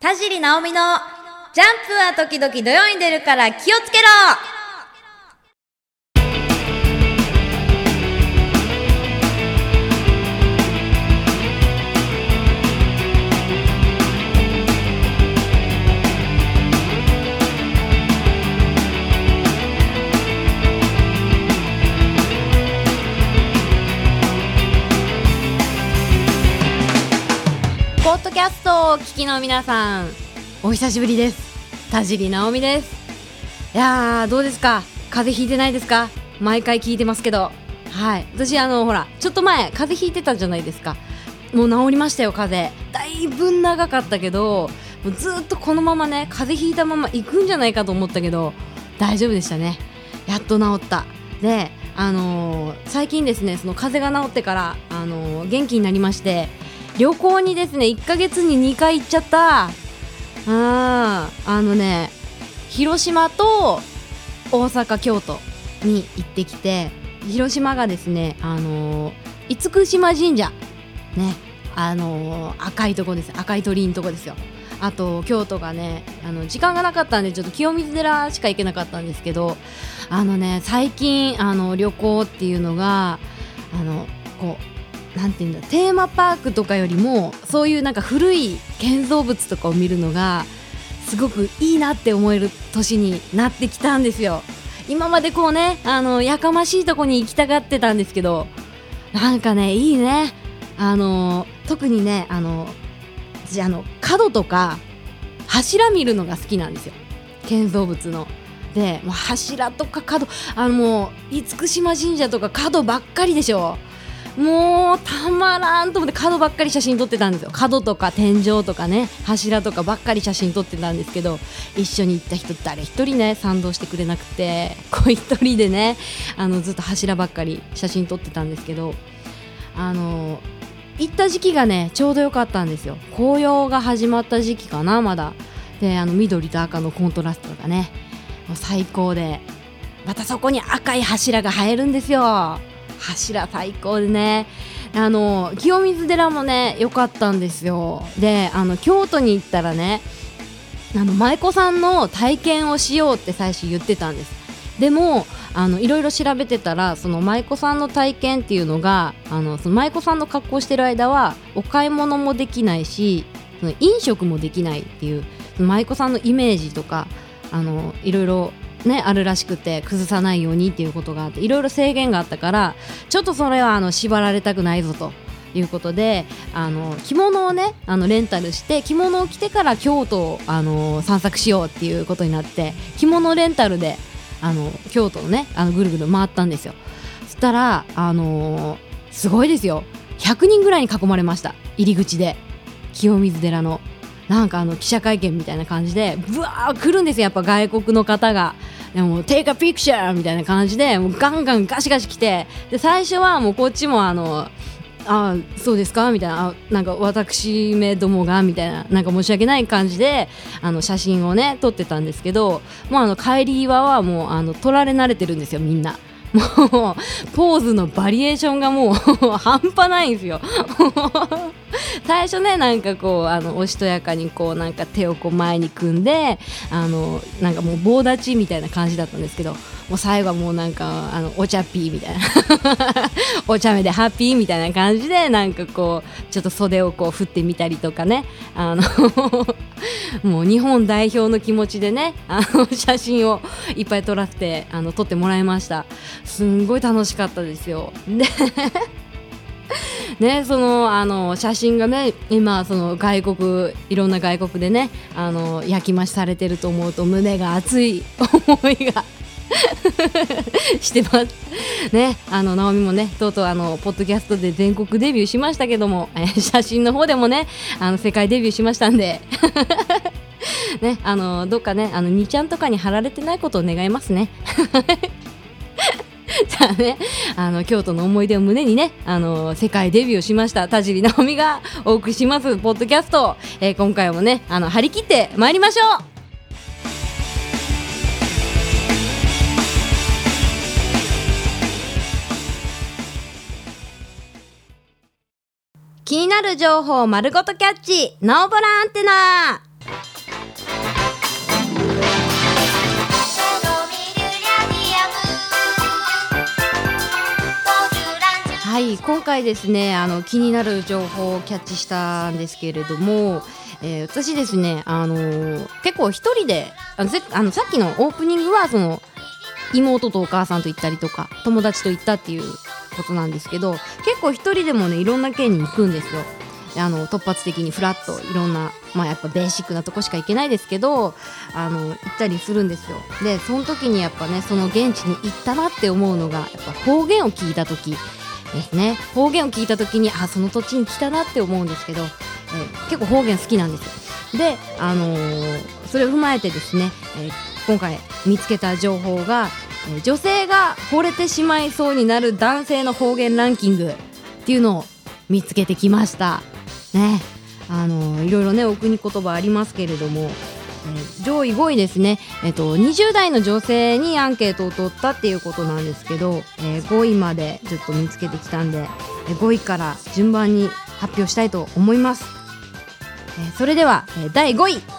田尻直美のジャンプは時々土曜に出るから気をつけろ。ポッドキャストをお聞きの皆さん、お久しぶりです。田尻直美です。いやー、どうですか？風邪ひいてないですか？毎回聞いてますけど、はい、私ほらちょっと前風邪ひいてたじゃないですか。もう治りましたよ。風邪だいぶ長かったけど、もうずっとこのままね風邪ひいたまま行くんじゃないかと思ったけど大丈夫でしたね。やっと治った。で最近ですね、その風邪が治ってから元気になりまして、旅行にですね1ヶ月に2回行っちゃった。広島と大阪、京都に行ってきて、広島がですね厳島神社ね、赤いとこです。赤い鳥居のとこですよ。あと京都がね時間がなかったんでちょっと清水寺しか行けなかったんですけど、最近旅行っていうのがこうなんていうんだ、テーマパークとかよりもそういうなんか古い建造物とかを見るのがすごくいいなって思える年になってきたんですよ。今までこうねやかましいとこに行きたがってたんですけど、なんかねいいね。特にね角とか柱見るのが好きなんですよ、建造物の。でもう柱とか角、もう厳島神社とか角ばっかりでしょ。もうたまらんと思って角ばっかり写真撮ってたんですよ。角とか天井とかね柱とかばっかり写真撮ってたんですけど、一緒に行った人誰一人ね賛同してくれなくて、一人でねずっと柱ばっかり写真撮ってたんですけど、行った時期がねちょうど良かったんですよ。紅葉が始まった時期かな、まだで緑と赤のコントラストがねもう最高で、またそこに赤い柱が映えるんですよ。柱最高でね、清水寺もね良かったんですよ。で京都に行ったらね舞妓さんの体験をしようって最初言ってたんです。でもいろいろ調べてたら、その舞妓さんの体験っていうのがその舞妓さんの格好してる間はお買い物もできないし、その飲食もできないっていう、その舞妓さんのイメージとかいろいろね、あるらしくて、崩さないようにっていうことがあっていろいろ制限があったから、ちょっとそれは縛られたくないぞということで着物をねレンタルして着物を着てから京都を散策しようっていうことになって、着物レンタルで京都をねぐるぐる回ったんですよ。そしたらすごいですよ。100人ぐらいに囲まれました。入り口で清水寺のなんか記者会見みたいな感じでブワー来るんですよ。やっぱ外国の方が。でもテイクアピクチャーみたいな感じでもうガンガンガシガシ来て、で最初はもうこっちもそうですかみたいな、なんか私めどもがみたいな、なんか申し訳ない感じで写真をね撮ってたんですけど、もう帰り際はもう撮られ慣れてるんですよみんな。もうポーズのバリエーションがもう半端ないんですよ最初ねなんかこうおしとやかにこうなんか手をこう前に組んでなんかもう棒立ちみたいな感じだったんですけど、もう最後はもうなんかお茶ピーみたいなお茶目でハッピーみたいな感じでなんかこうちょっと袖をこう振ってみたりとかねもう日本代表の気持ちでね写真をいっぱい撮ってもらいました。すんごい楽しかったですよ。でね、その写真がね今そのいろんな外国でね焼き増しされてると思うと胸が熱い思いがしてますね。直美もねとうとうポッドキャストで全国デビューしましたけども、写真の方でもね世界デビューしましたんでねどっかね2ちゃんとかに貼られてないことを願いますねじゃあね京都の思い出を胸にね世界デビューしました田尻直美がお送りしますポッドキャスト、今回もね張り切ってまいりましょう。気になる情報を丸ごとキャッチ、ノーボランテナ。 今回ですね気になる情報をキャッチしたんですけれども、私ですね結構一人でさっきのオープニングはその妹とお母さんと行ったりとか友達と行ったっていうことなんですけど、結構一人でもねいろんな県に行くんですよ。突発的にフラッといろんな、やっぱベーシックなとこしか行けないですけど行ったりするんですよ。でその時にやっぱねその現地に行ったなって思うのがやっぱ方言を聞いた時ですね。方言を聞いた時にその土地に来たなって思うんですけど、結構方言好きなんですよ。で、それを踏まえてですね、今回見つけた情報が、女性が惚れてしまいそうになる男性の方言ランキングっていうのを見つけてきましたね。いろいろねお国言葉ありますけれども、上位5位ですね、20代の女性にアンケートを取ったっていうことなんですけど、5位までちょっと見つけてきたんで、5位から順番に発表したいと思います。それでは、第5位、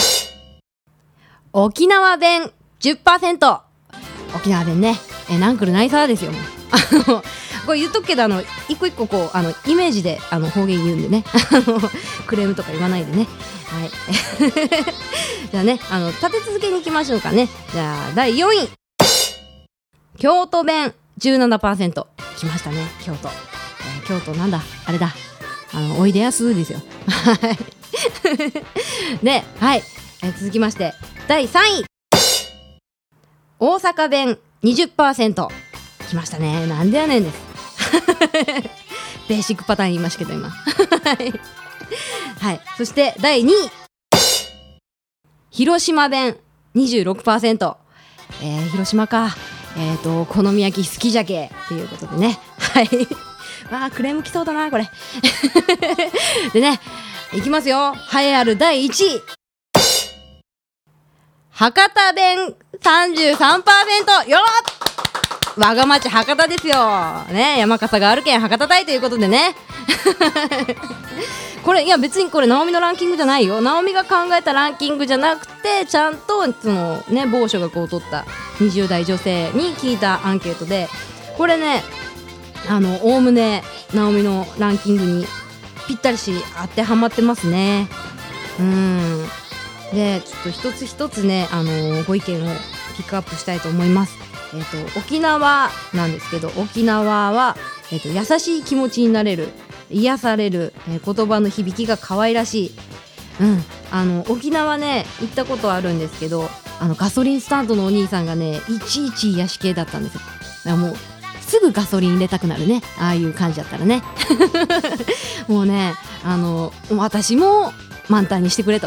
沖縄弁 10%。 沖縄弁ね、なんくるないさですよ。もうこれ言っとくけど一個一個こうイメージで方言言うんでねクレームとか言わないでね。はいじゃあね立て続けに行きましょうかね。じゃあ第4位、京都弁 17%。 来ましたね京都。京都なんだあれだおいでやすですよで、はい、続きまして第3位、大阪弁 20%。 来ましたね。なんでやねんですベーシックパターン言いましたけど今はい、そして第2位、広島弁 26%。 広島か。お好み焼き好きじゃけっていうことでね。はいクレーム来そうだなこれでね、いきますよ。栄えある第1位、博多弁 33%。 よっ、我が町博多ですよね。山笠があるけん博多隊ということでねこれいや別にこれ直美のランキングじゃないよ。直美が考えたランキングじゃなくて、ちゃんとそのね某所がこう取った20代女性に聞いたアンケートで、これねおおむね直美のランキングにぴったりし当てはまってますね。でちょっと一つ一つねご意見をピックアップしたいと思います。沖縄なんですけど、沖縄は、優しい気持ちになれる、癒される、言葉の響きが可愛らしい。沖縄ね行ったことあるんですけど、ガソリンスタンドのお兄さんがねいちいち癒し系だったんですよ。だからもうすぐガソリン入れたくなるね、ああいう感じだったらねもうね私も満タンにしてくれと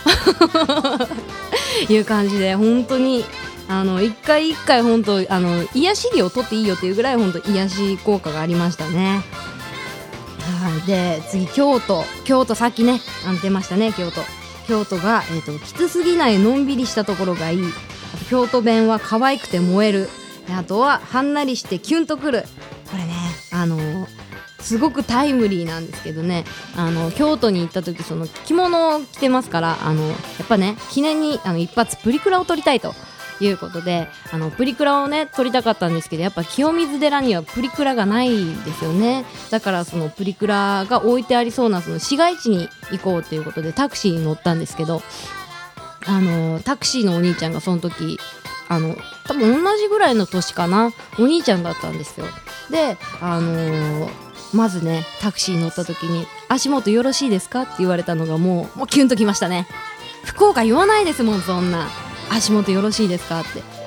いう感じで、本当に一回一回本当癒し料取っていいよっていうぐらい本当癒し効果がありましたね。で次京都さっきね出ましたね。京都が、きつすぎないのんびりしたところがいい。あと京都弁は可愛くて燃える。あとははんなりしてキュンとくる。これねすごくタイムリーなんですけどね、京都に行った時その着物を着てますから、やっぱね記念に一発プリクラを撮りたいということでプリクラをね撮りたかったんですけど、やっぱ清水寺にはプリクラがないんですよね。だからそのプリクラが置いてありそうなその市街地に行こうということでタクシーに乗ったんですけど、タクシーのお兄ちゃんがその時多分同じぐらいの年かな、お兄ちゃんだったんですよ。でまずねタクシーに乗った時に足元よろしいですかって言われたのがもうキュンときましたね。福岡言わないですもん、そんな足元よろしいですかって。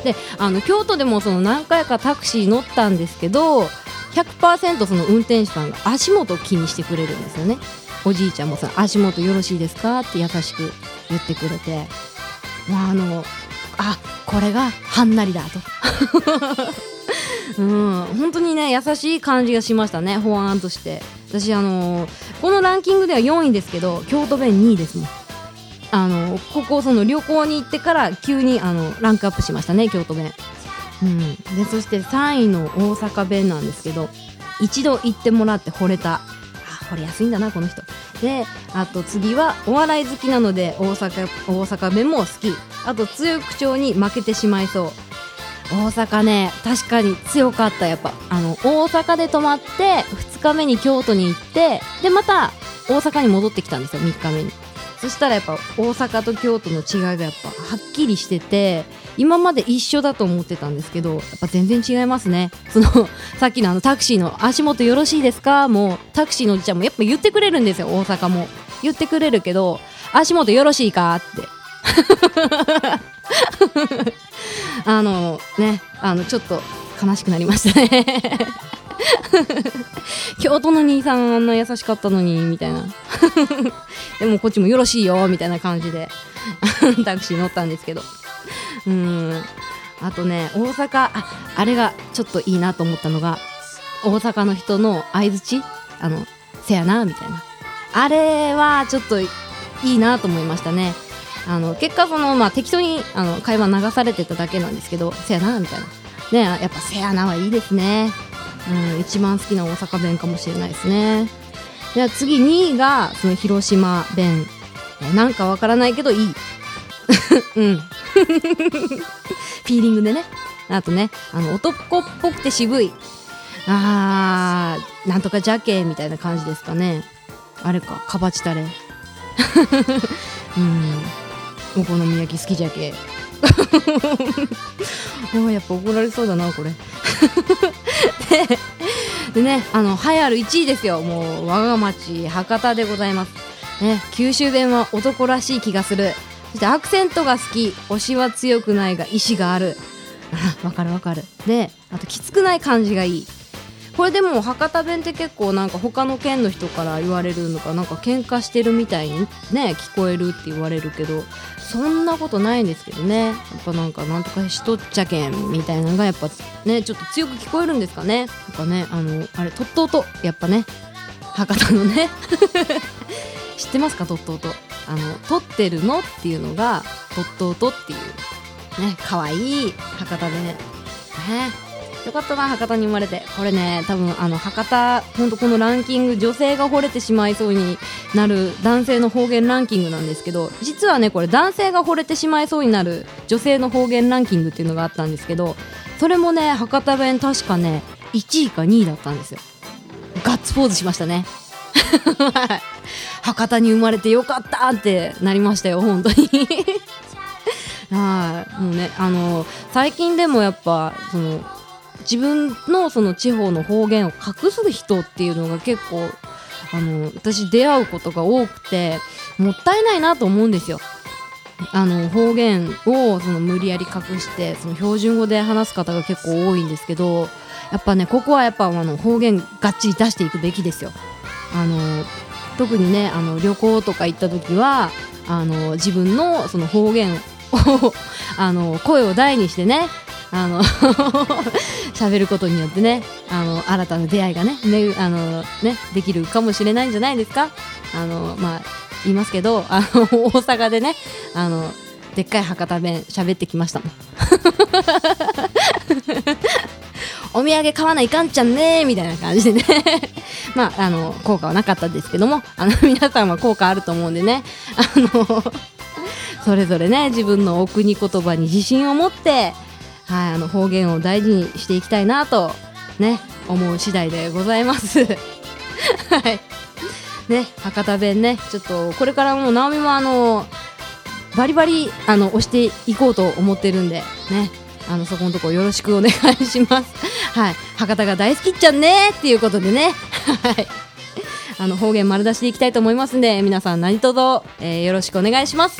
で京都でもその何回かタクシー乗ったんですけど 100% その運転手さんが足元を気にしてくれるんですよね。おじいちゃんもさ足元よろしいですかって優しく言ってくれて、もうこれがはんなりだと本当にね優しい感じがしましたね。ほわーんとして私このランキングでは4位ですけど京都弁2位ですもん。ここその旅行に行ってから急にランクアップしましたね京都弁。でそして3位の大阪弁なんですけど、一度行ってもらって惚れた。惚れやすいんだなこの人で、あと次はお笑い好きなので大阪弁も好き。あと強い口調に負けてしまいそう。大阪ね確かに強かった。やっぱ大阪で泊まって 2日目に京都に行って、でまた大阪に戻ってきたんですよ、3日目に。そしたらやっぱ大阪と京都の違いがやっぱはっきりしてて、今まで一緒だと思ってたんですけど、やっぱ全然違いますね。さっきのタクシーの足元よろしいですか、もうタクシーのおじちゃんもやっぱ言ってくれるんですよ。大阪も言ってくれるけど、足元よろしいかってちょっと悲しくなりましたね京都の兄さんあんな優しかったのにみたいなでもこっちもよろしいよみたいな感じでタクシー乗ったんですけど、あとね、大阪、あれがちょっといいなと思ったのが、大阪の人の相槌、せやなみたいな、あれはちょっといいなと思いましたね。結果適当に会話流されてただけなんですけど、せやなみたいなね、やっぱせやなはいいですね。一番好きな大阪弁かもしれないですね。では次2位がその広島弁、なんかわからないけどいいフィーリングでね。あとね、男っぽくて渋い、なんとかジャケみたいな感じですかね。あれか、かばちたれお好み焼き好きじゃけやっぱ怒られそうだなこれでね、栄えある1位ですよ。もう我が町博多でございますね。九州弁は男らしい気がする。そしてアクセントが好き、推しは強くないが意志がある。わかるわかる。で、あときつくない感じがいい。これでも博多弁って結構なんか他の県の人から言われるのか、なんか喧嘩してるみたいにね聞こえるって言われるけど、そんなことないんですけどね。やっぱなんとかしとっちゃけんみたいなのがやっぱねちょっと強く聞こえるんですかね。なんかね、あれとっとうとやっぱね博多のね知ってますか、とっとうと。撮ってるのっていうのがとっとうとっていうね、かわいい博多弁ね。よかったな、博多に生まれて。これね、多分博多、ほんとこのランキング、女性が惚れてしまいそうになる男性の方言ランキングなんですけど、実はねこれ男性が惚れてしまいそうになる女性の方言ランキングっていうのがあったんですけど、それもね博多弁確かね1位か2位だったんですよ。ガッツポーズしましたね博多に生まれてよかったってなりましたよ、本当にもうね、最近でもやっぱ自分のその地方の方言を隠す人っていうのが結構私出会うことが多くて、もったいないなと思うんですよ。方言を無理やり隠して標準語で話す方が結構多いんですけど、やっぱねここはやっぱ方言がっちり出していくべきですよ。特にね旅行とか行った時は自分のその方言を声を大にしてね喋ることによってね新たな出会いがねできるかもしれないんじゃないですか。言いますけど大阪でねでっかい博多弁喋ってきましたもんお土産買わないかんちゃんねみたいな感じでね効果はなかったですけども皆さんは効果あると思うんでねそれぞれね自分のお国言葉に自信を持って方言を大事にしていきたいなとね思う次第でございますはいね、博多弁ね、ちょっとこれからも直美もバリバリ押していこうと思ってるんでね、そこのところよろしくお願いしますはい、博多が大好きっちゃんねっていうことでねはい方言丸出しでいきたいと思いますんで、皆さん何卒、よろしくお願いします。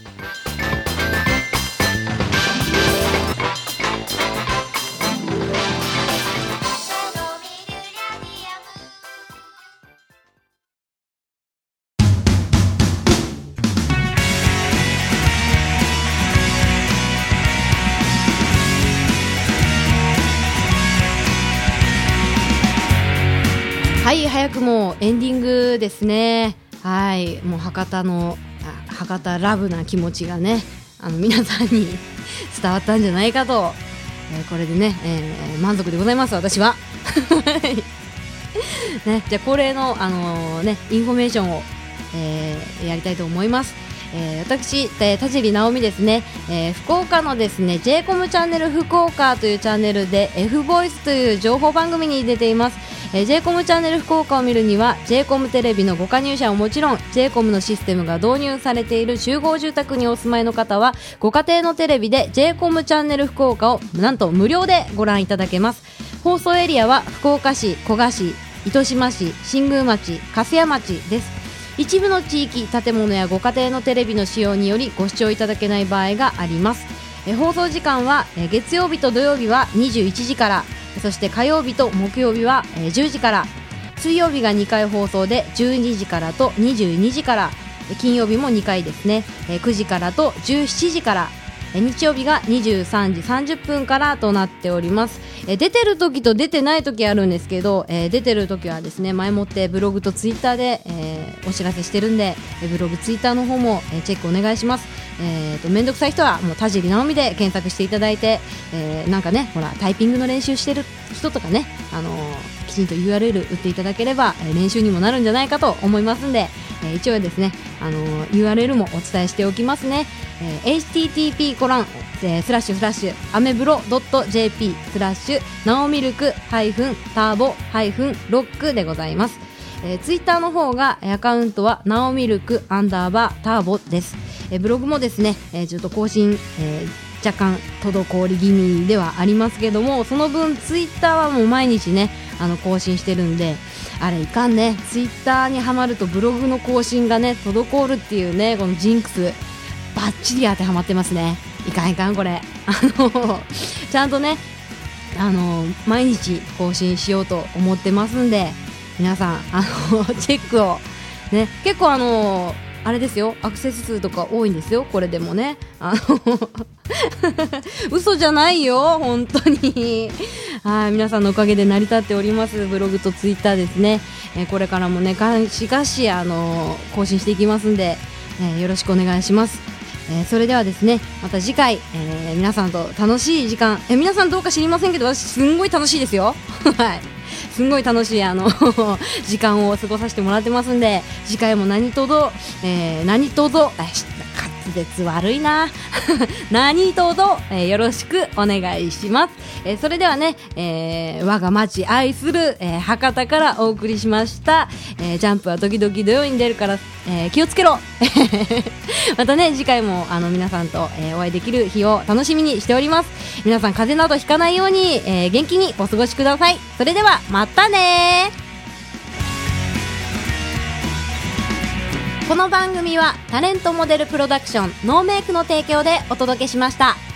はい、早くもエンディングですね。はい、もう博多ラブな気持ちがね皆さんに伝わったんじゃないかと、これでね、満足でございます私はね、じゃあ恒例の、インフォメーションを、やりたいと思います。私、田尻直美ですね、福岡のですね J コムチャンネル福岡というチャンネルで F ボイスという情報番組に出ています。 j コムチャンネル福岡を見るには j コムテレビのご加入者はもちろん j コムのシステムが導入されている集合住宅にお住まいの方はご家庭のテレビで j コムチャンネル福岡をなんと無料でご覧いただけます。放送エリアは福岡市、古賀市、糸島市、新宮町、粕屋町です。一部の地域、建物やご家庭のテレビの使用によりご視聴いただけない場合があります。放送時間は月曜日と土曜日は21時から、そして火曜日と木曜日は10時から、水曜日が2回放送で12時からと22時から、金曜日も2回ですね、9時からと17時から、日曜日が23時30分からとなっております。出てる時と出てない時あるんですけど、出てる時はですね前もってブログとツイッターで、お知らせしてるんで、ブログツイッターの方も、チェックお願いします。めんどくさい人はもう田尻直美で検索していただいて、なんかねほらタイピングの練習してる人とかね、きちんと URL 打っていただければ、練習にもなるんじゃないかと思いますんで、一応ですね、URL もお伝えしておきますね。http コラン// アメブロ .jp/ ナオミルクターボロックでございます。ツイッターの方がアカウントはナオミルクアンダーバーターボです。ブログもですね、ちょっと更新、若干滞り気味ではありますけども、その分ツイッターはもう毎日ね更新してるんで、あれいかんね、ツイッターにはまるとブログの更新がね滞るっていうね、このジンクスバッチリ当てはまってますね。いかんいかんこれちゃんとね毎日更新しようと思ってますんで、皆さんチェックをね、結構あれですよ、アクセス数とか多いんですよ、これでもね嘘じゃないよ本当にはい、皆さんのおかげで成り立っておりますブログとツイッターですね。これからもねしかし更新していきますんで、よろしくお願いします。それではですね、また次回、皆さんと楽しい時間、皆さんどうか知りませんけど私すんごい楽しいですよはいすんごい楽しい時間を過ごさせてもらってますんで、次回も何とぞ滑舌悪いな何とぞ、よろしくお願いします。それではね、我が町愛する、博多からお送りしました、ジャンプは時々土曜に出るから、気をつけろまたね次回も皆さんと、お会いできる日を楽しみにしております。皆さん風邪などひかないように、元気にお過ごしください。それではまたね。この番組はタレントモデルプロダクションノーメイクの提供でお届けしました。